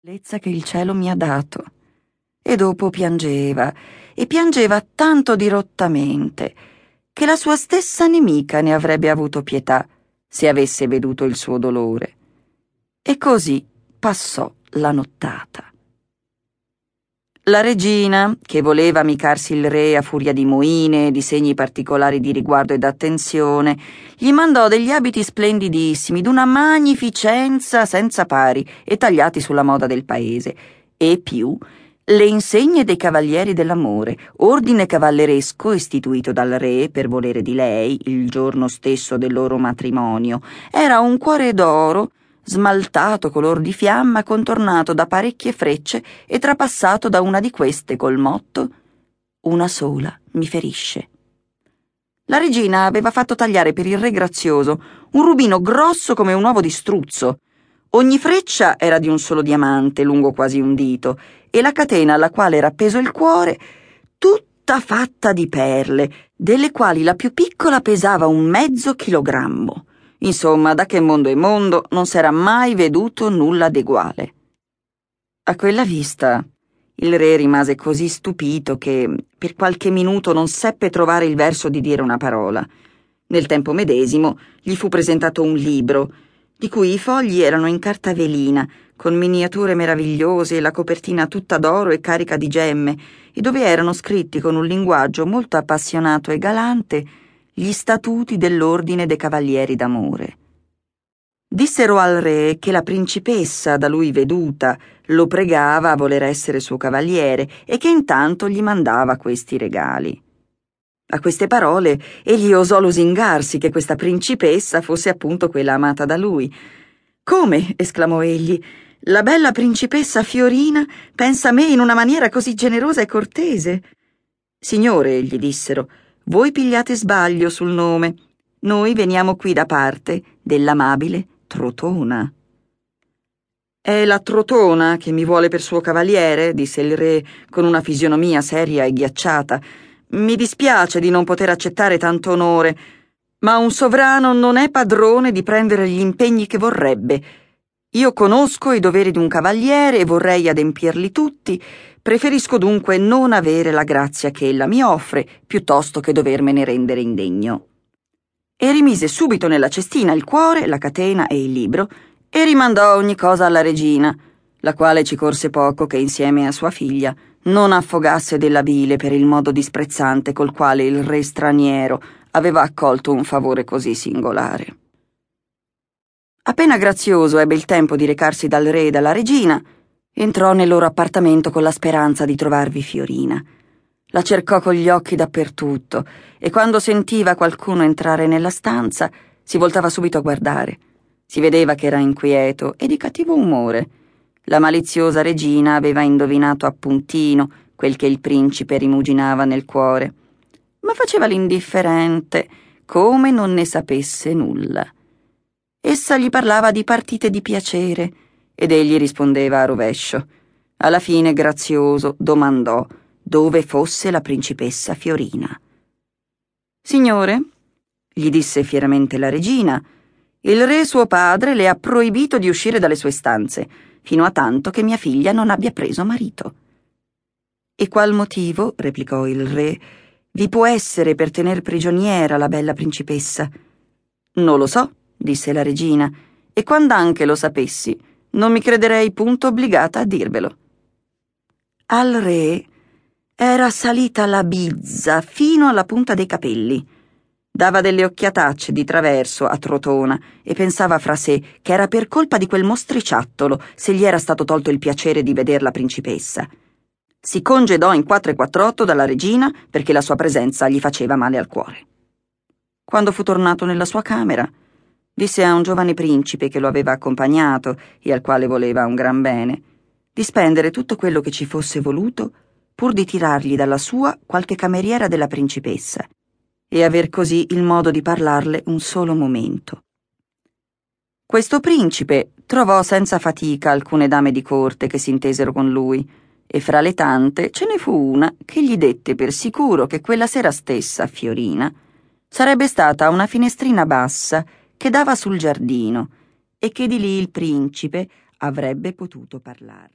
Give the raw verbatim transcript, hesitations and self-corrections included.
bellezza che il cielo mi ha dato. E dopo piangeva, e piangeva tanto dirottamente, che la sua stessa nemica ne avrebbe avuto pietà se avesse veduto il suo dolore. E così passò la nottata. La regina, che voleva amicarsi il re a furia di moine e di segni particolari di riguardo ed attenzione, gli mandò degli abiti splendidissimi, d'una magnificenza senza pari e tagliati sulla moda del paese, e più le insegne dei Cavalieri dell'Amore, ordine cavalleresco istituito dal re per volere di lei il giorno stesso del loro matrimonio. Era un cuore d'oro smaltato color di fiamma, contornato da parecchie frecce e trapassato da una di queste col motto: «Una sola mi ferisce». La regina aveva fatto tagliare per il re grazioso un rubino grosso come un uovo di struzzo. Ogni freccia era di un solo diamante, lungo quasi un dito, e la catena alla quale era appeso il cuore, tutta fatta di perle, delle quali la più piccola pesava un mezzo chilogrammo. Insomma, da che mondo è mondo, non s'era mai veduto nulla d'eguale. A quella vista, il re rimase così stupito che per qualche minuto non seppe trovare il verso di dire una parola. Nel tempo medesimo gli fu presentato un libro, di cui i fogli erano in carta velina, con miniature meravigliose e la copertina tutta d'oro e carica di gemme, e dove erano scritti con un linguaggio molto appassionato e galante gli statuti dell'ordine dei Cavalieri d'Amore. Dissero al re che la principessa da lui veduta lo pregava a voler essere suo cavaliere e che intanto gli mandava questi regali. A queste parole egli osò lusingarsi che questa principessa fosse appunto quella amata da lui. «Come?» esclamò egli. «La bella principessa Fiorina pensa a me in una maniera così generosa e cortese?» «Signore», gli dissero, «voi pigliate sbaglio sul nome. Noi veniamo qui da parte dell'amabile Trotona». «È la Trotona che mi vuole per suo cavaliere?» disse il re con una fisionomia seria e ghiacciata. «Mi dispiace di non poter accettare tanto onore, ma un sovrano non è padrone di prendere gli impegni che vorrebbe. Io conosco i doveri di un cavaliere e vorrei adempierli tutti. Preferisco dunque non avere la grazia che ella mi offre, piuttosto che dovermene rendere indegno». E rimise subito nella cestina il cuore, la catena e il libro, e rimandò ogni cosa alla regina, la quale ci corse poco che insieme a sua figlia non affogasse della bile per il modo disprezzante col quale il re straniero aveva accolto un favore così singolare. Appena Grazioso ebbe il tempo di recarsi dal re e dalla regina, entrò nel loro appartamento con la speranza di trovarvi Fiorina. La cercò con gli occhi dappertutto e quando sentiva qualcuno entrare nella stanza si voltava subito a guardare. Si vedeva che era inquieto e di cattivo umore. La maliziosa regina aveva indovinato appuntino quel che il principe rimuginava nel cuore, ma faceva l'indifferente, come non ne sapesse nulla. Essa gli parlava di partite di piacere ed egli rispondeva a rovescio. Alla fine Grazioso domandò dove fosse la principessa Fiorina. «Signore», gli disse fieramente la regina, «il re suo padre le ha proibito di uscire dalle sue stanze, fino a tanto che mia figlia non abbia preso marito». «E qual motivo», replicò il re, «vi può essere per tener prigioniera la bella principessa?» «Non lo so», disse la regina, «e quand'anche lo sapessi, non mi crederei punto obbligata a dirvelo». Al re era salita la bizza fino alla punta dei capelli. Dava delle occhiatacce di traverso a Trotona e pensava fra sé che era per colpa di quel mostriciattolo se gli era stato tolto il piacere di veder la principessa. Si congedò in quattro e quattr'otto dalla regina perché la sua presenza gli faceva male al cuore. Quando fu tornato nella sua camera, disse a un giovane principe che lo aveva accompagnato e al quale voleva un gran bene di spendere tutto quello che ci fosse voluto pur di tirargli dalla sua qualche cameriera della principessa e aver così il modo di parlarle un solo momento. Questo principe trovò senza fatica alcune dame di corte che si intesero con lui, e fra le tante ce ne fu una che gli dette per sicuro che quella sera stessa Fiorina sarebbe stata a una finestrina bassa che dava sul giardino e che di lì il principe avrebbe potuto parlare.